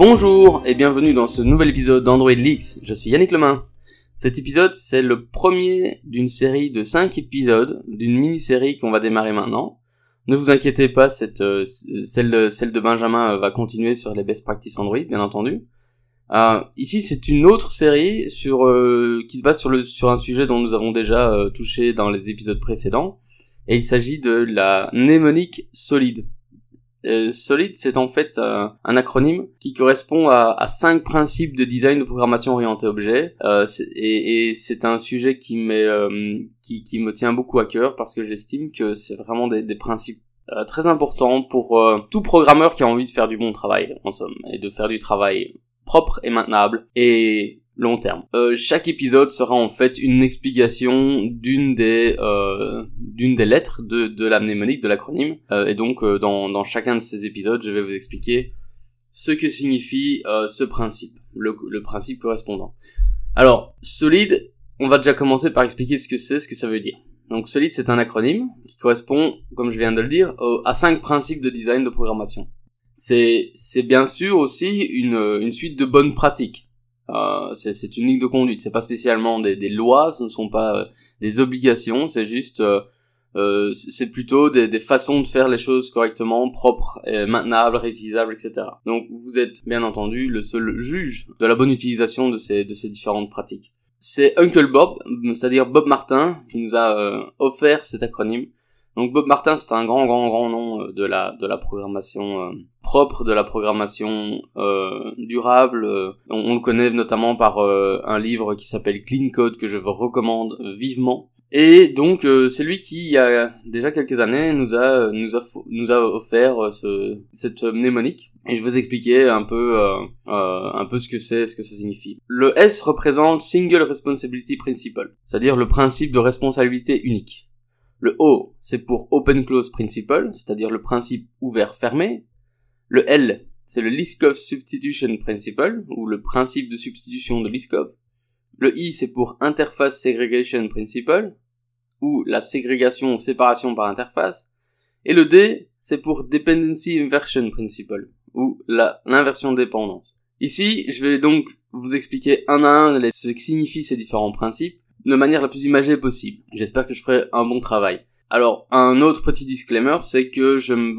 Bonjour et bienvenue dans ce nouvel épisode d'Android Leaks, je suis Yannick Lemain. Cet épisode c'est le premier d'une série de 5 épisodes, d'une mini-série qu'on va démarrer maintenant. Ne vous inquiétez pas, celle de Benjamin va continuer sur les best practices Android, bien entendu. Ici c'est une autre série qui se base sur un sujet dont nous avons déjà touché dans les épisodes précédents, et il s'agit de la mnémonique solide. Solid, c'est en fait un acronyme qui correspond à 5 principes de design de programmation orientée objet, et c'est un sujet qui me tient beaucoup à cœur parce que j'estime que c'est vraiment des principes très importants pour tout programmeur qui a envie de faire du bon travail, en somme, et de faire du travail propre et maintenable et long terme. Chaque épisode sera en fait une explication d'une des lettres de la mnémonique, de l'acronyme, et donc dans chacun de ces épisodes, je vais vous expliquer ce que signifie ce principe, le principe correspondant. Alors, solide, on va déjà commencer par expliquer ce que ça veut dire. Donc solide, c'est un acronyme qui correspond, comme je viens de le dire, à 5 principes de design de programmation. C'est bien sûr aussi une suite de bonnes pratiques. C'est une ligne de conduite, c'est pas spécialement des lois, ce ne sont pas des obligations, c'est juste c'est plutôt des façons de faire les choses correctement, propres, maintenables, réutilisables, etc. Donc vous êtes bien entendu le seul juge de la bonne utilisation de ces différentes pratiques. C'est Uncle Bob, c'est-à-dire Bob Martin, qui nous a offert cet acronyme. Donc Bob Martin, c'est un grand nom de la programmation propre, de la programmation durable. On le connaît notamment par un livre qui s'appelle Clean Code, que je vous recommande vivement. Et donc c'est lui qui, il y a déjà quelques années, nous a offert cette mnémonique. Et je vais vous expliquer un peu ce que ça signifie. Le S représente Single Responsibility Principle, c'est-à-dire le principe de responsabilité unique. Le O, c'est pour Open Close Principle, c'est-à-dire le principe ouvert-fermé. Le L, c'est le Liskov Substitution Principle, ou le principe de substitution de Liskov. Le I, c'est pour Interface Segregation Principle, ou la ségrégation ou séparation par interface. Et le D, c'est pour Dependency Inversion Principle, ou l'inversion de dépendance. Ici, je vais donc vous expliquer un à un ce que signifient ces différents principes, de manière la plus imagée possible. J'espère que je ferai un bon travail. Alors, un autre petit disclaimer, c'est que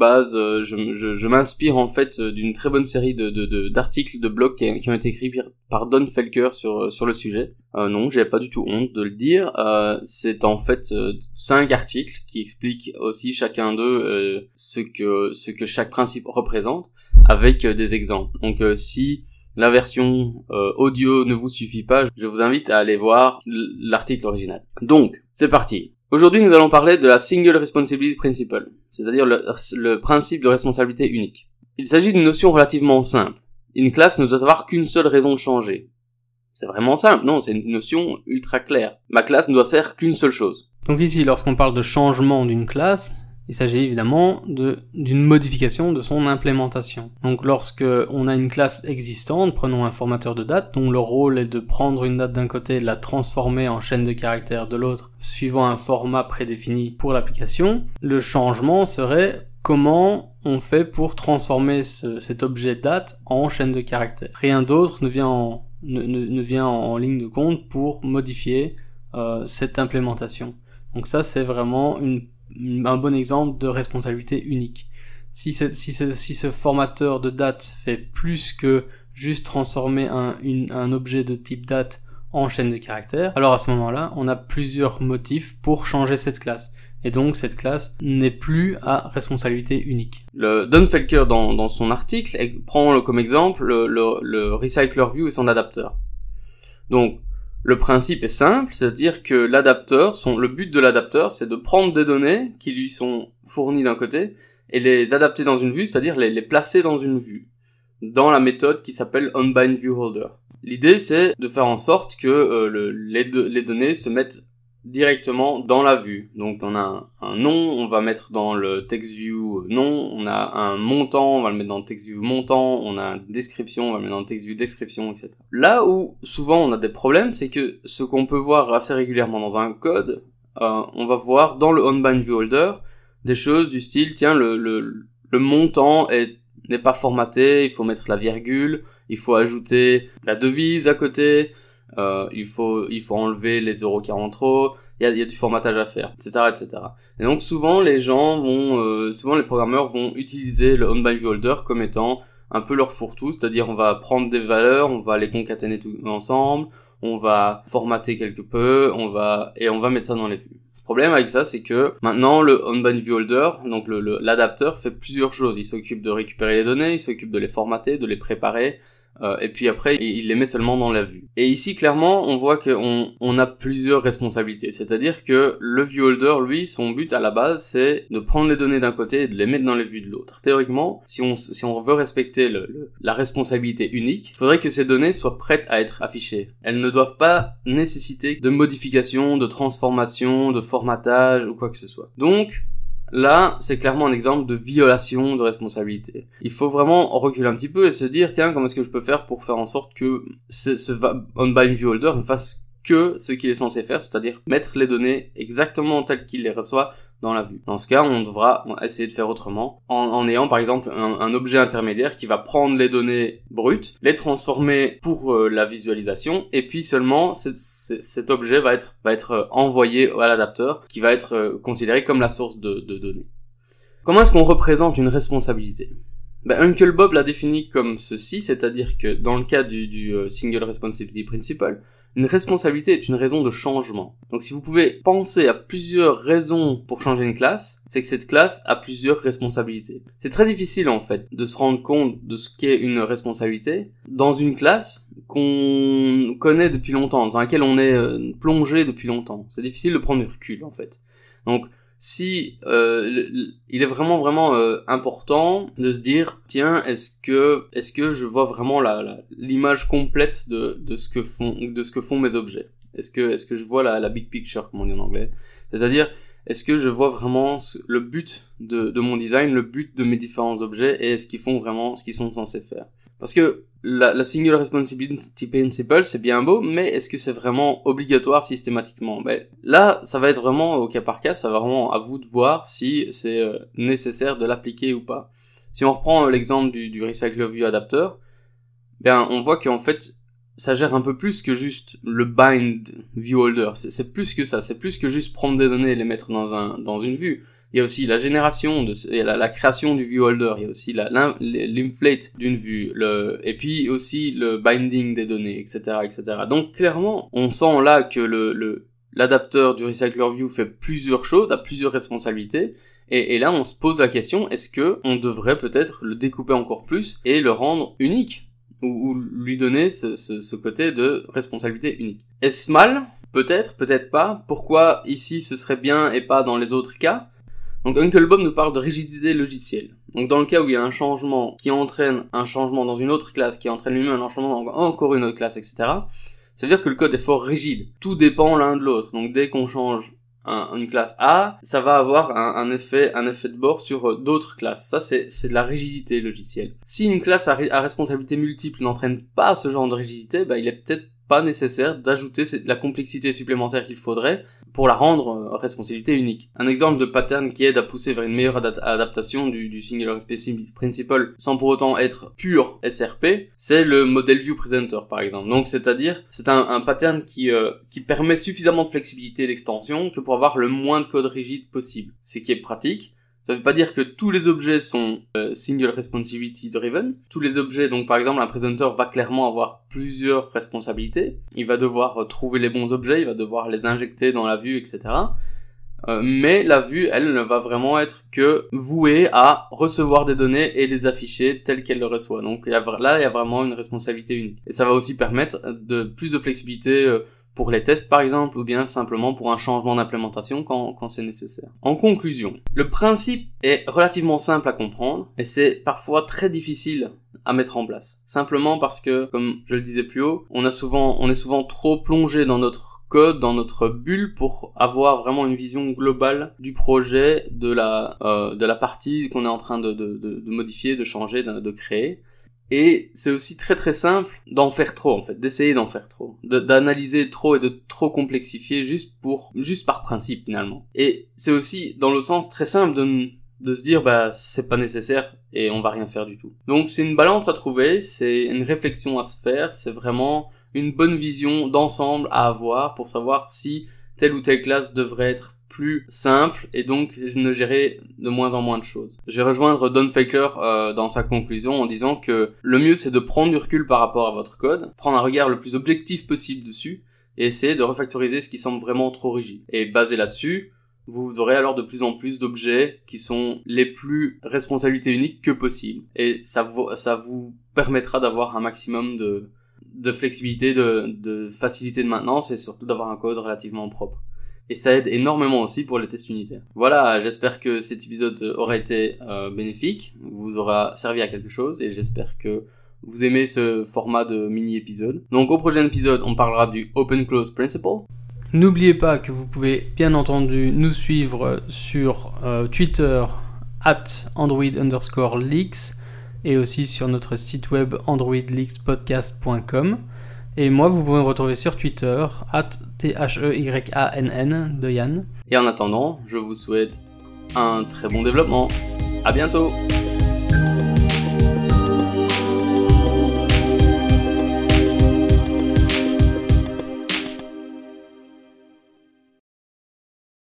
je m'inspire en fait d'une très bonne série d'articles, de blogs qui ont été écrits par Don Felker sur le sujet. Non, j'ai pas du tout honte de le dire. C'est en fait 5 articles qui expliquent aussi chacun d'eux ce que chaque principe représente, avec des exemples. Donc, si la version audio ne vous suffit pas, je vous invite à aller voir l'article original. Donc, c'est parti. Aujourd'hui, nous allons parler de la Single Responsibility Principle, c'est-à-dire le principe de responsabilité unique. Il s'agit d'une notion relativement simple. Une classe ne doit avoir qu'une seule raison de changer. C'est vraiment simple, non, c'est une notion ultra claire. Ma classe ne doit faire qu'une seule chose. Donc ici, lorsqu'on parle de changement d'une classe, il s'agit évidemment d'une modification de son implémentation. Donc lorsque on a une classe existante, prenons un formateur de date, dont le rôle est de prendre une date d'un côté et de la transformer en chaîne de caractères de l'autre, suivant un format prédéfini pour l'application, le changement serait comment on fait pour transformer cet objet date en chaîne de caractères. Rien d'autre ne vient en ligne de compte pour modifier cette implémentation. Donc ça, c'est vraiment un bon exemple de responsabilité unique. Si ce formateur de date fait plus que juste transformer un objet de type date en chaîne de caractères, alors à ce moment-là, on a plusieurs motifs pour changer cette classe. Et donc cette classe n'est plus à responsabilité unique. Don Felker, dans son article, prend comme exemple le Recycler View et son adapteur. Donc, le principe est simple, c'est-à-dire que le but de l'adapteur, c'est de prendre des données qui lui sont fournies d'un côté et les adapter dans une vue, c'est-à-dire les placer dans une vue, dans la méthode qui s'appelle onBindViewHolder. L'idée, c'est de faire en sorte que les données se mettent directement dans la vue. Donc on a un nom, on va mettre dans le TextView nom, on a un montant, on va le mettre dans le TextView montant, on a une description, on va le mettre dans le TextView description, etc. Là où souvent on a des problèmes, c'est que ce qu'on peut voir assez régulièrement dans un code, on va voir dans le onBindViewHolder des choses du style, tiens, le montant est n'est pas formaté, il faut mettre la virgule, il faut ajouter la devise à côté, il faut enlever les 0,40 trop, il y a du formatage à faire, etc., etc. Et donc souvent les programmeurs vont utiliser le onBindViewHolder comme étant un peu leur fourre-tout, c'est-à-dire on va prendre des valeurs, on va les concaténer tout ensemble, on va formater quelque peu, on va mettre ça dans les vues. Le problème avec ça, c'est que maintenant le onBindViewHolder, donc l'adapteur, fait plusieurs choses. Il s'occupe de récupérer les données, il s'occupe de les formater, de les préparer, et puis après il les met seulement dans la vue. Et ici clairement on voit qu'on a plusieurs responsabilités, c'est-à-dire que le viewholder, lui, son but à la base c'est de prendre les données d'un côté et de les mettre dans les vues de l'autre. Théoriquement, si on veut respecter la responsabilité unique, il faudrait que ces données soient prêtes à être affichées. Elles ne doivent pas nécessiter de modification, de transformation, de formatage ou quoi que ce soit. Donc là, c'est clairement un exemple de violation de responsabilité. Il faut vraiment reculer un petit peu et se dire, tiens, comment est-ce que je peux faire pour faire en sorte que ce onBindViewHolder ne fasse que ce qu'il est censé faire, c'est-à-dire mettre les données exactement telles qu'il les reçoit dans la vue. Dans ce cas, on devra essayer de faire autrement, en ayant par exemple un objet intermédiaire qui va prendre les données brutes, les transformer pour la visualisation, et puis seulement cet objet va être envoyé à l'adapteur, qui va être considéré comme la source de données. Comment est-ce qu'on représente une responsabilité ? Uncle Bob l'a défini comme ceci, c'est-à-dire que dans le cas du Single Responsibility Principle, une responsabilité est une raison de changement. Donc si vous pouvez penser à plusieurs raisons pour changer une classe, c'est que cette classe a plusieurs responsabilités. C'est très difficile en fait de se rendre compte de ce qu'est une responsabilité dans une classe qu'on connaît depuis longtemps, dans laquelle on est plongé depuis longtemps. C'est difficile de prendre du recul en fait. Donc si il est vraiment important de se dire, tiens, est-ce que je vois vraiment l'image complète de ce que font mes objets, est-ce que je vois la big picture, comme on dit en anglais, c'est-à-dire est-ce que je vois vraiment le but de mon design, le but de mes différents objets, et est-ce qu'ils font vraiment ce qu'ils sont censés faire. Parce que la Single Responsibility Principle, c'est bien beau, mais est-ce que c'est vraiment obligatoire systématiquement ? Là, ça va être vraiment au cas par cas, ça va vraiment à vous de voir si c'est nécessaire de l'appliquer ou pas. Si on reprend l'exemple du Recycler View Adapter, on voit qu'en fait, ça gère un peu plus que juste le bind viewholder. C'est plus que ça, c'est plus que juste prendre des données et les mettre dans une vue. Il y a aussi la génération la création du viewholder, il y a aussi l'inflate d'une vue, et puis aussi le binding des données, etc., etc. Donc clairement, on sent là que l'adapteur du Recycler View fait plusieurs choses, a plusieurs responsabilités, et là on se pose la question, est-ce que on devrait peut-être le découper encore plus et le rendre unique, ou lui donner ce côté de responsabilité unique. Est-ce mal ? Peut-être, peut-être pas. Pourquoi ici ce serait bien et pas dans les autres cas ? Donc Uncle Bob nous parle de rigidité logicielle. Donc dans le cas où il y a un changement qui entraîne un changement dans une autre classe, qui entraîne lui-même un changement dans encore une autre classe, etc., ça veut dire que le code est fort rigide. Tout dépend l'un de l'autre. Donc dès qu'on change une classe A, ça va avoir un effet de bord sur d'autres classes. Ça, c'est de la rigidité logicielle. Si une classe à responsabilité multiple n'entraîne pas ce genre de rigidité, il est peut-être pas nécessaire d'ajouter la complexité supplémentaire qu'il faudrait pour la rendre responsabilité unique. Un exemple de pattern qui aide à pousser vers une meilleure adaptation du Single Responsibility Principle sans pour autant être pur SRP, c'est le Model View Presenter par exemple. Donc c'est-à-dire, c'est un pattern qui permet suffisamment de flexibilité d'extension que pour avoir le moins de code rigide possible. Ce qui est pratique. Ça veut pas dire que tous les objets sont single responsibility driven. Tous les objets, donc par exemple un presenter va clairement avoir plusieurs responsabilités. Il va devoir trouver les bons objets, il va devoir les injecter dans la vue, etc. Mais la vue, elle, ne va vraiment être que vouée à recevoir des données et les afficher telles qu'elle le reçoit. Donc il y a vraiment une responsabilité unique. Et ça va aussi permettre plus de flexibilité pour les tests par exemple, ou bien simplement pour un changement d'implémentation quand c'est nécessaire. En conclusion, le principe est relativement simple à comprendre, et c'est parfois très difficile à mettre en place. Simplement parce que, comme je le disais plus haut, on est souvent trop plongé dans notre code, dans notre bulle, pour avoir vraiment une vision globale du projet, de la partie qu'on est en train de modifier, de changer, de créer. Et c'est aussi très très simple d'en faire trop en fait, d'essayer d'en faire trop, d'analyser trop et de trop complexifier juste par principe finalement. Et c'est aussi dans le sens très simple de de se dire c'est pas nécessaire et on va rien faire du tout. Donc c'est une balance à trouver, c'est une réflexion à se faire, c'est vraiment une bonne vision d'ensemble à avoir pour savoir si telle ou telle classe devrait être plus simple et donc ne gérer de moins en moins de choses. Je vais rejoindre Don Fackler dans sa conclusion en disant que le mieux c'est de prendre du recul par rapport à votre code, prendre un regard le plus objectif possible dessus et essayer de refactoriser ce qui semble vraiment trop rigide. Et basé là-dessus, vous aurez alors de plus en plus d'objets qui sont les plus responsabilités uniques que possible. Et ça vous permettra d'avoir un maximum de flexibilité, de facilité de maintenance et surtout d'avoir un code relativement propre. Et ça aide énormément aussi pour les tests unitaires. Voilà, j'espère que cet épisode aura été bénéfique, vous aura servi à quelque chose et j'espère que vous aimez ce format de mini-épisode. Donc au prochain épisode, on parlera du Open Close Principle. N'oubliez pas que vous pouvez bien entendu nous suivre sur Twitter @android_leaks et aussi sur notre site web androidleakspodcast.com. Et moi, vous pouvez me retrouver sur Twitter @THEYANN de Yann. Et en attendant, je vous souhaite un très bon développement. À bientôt!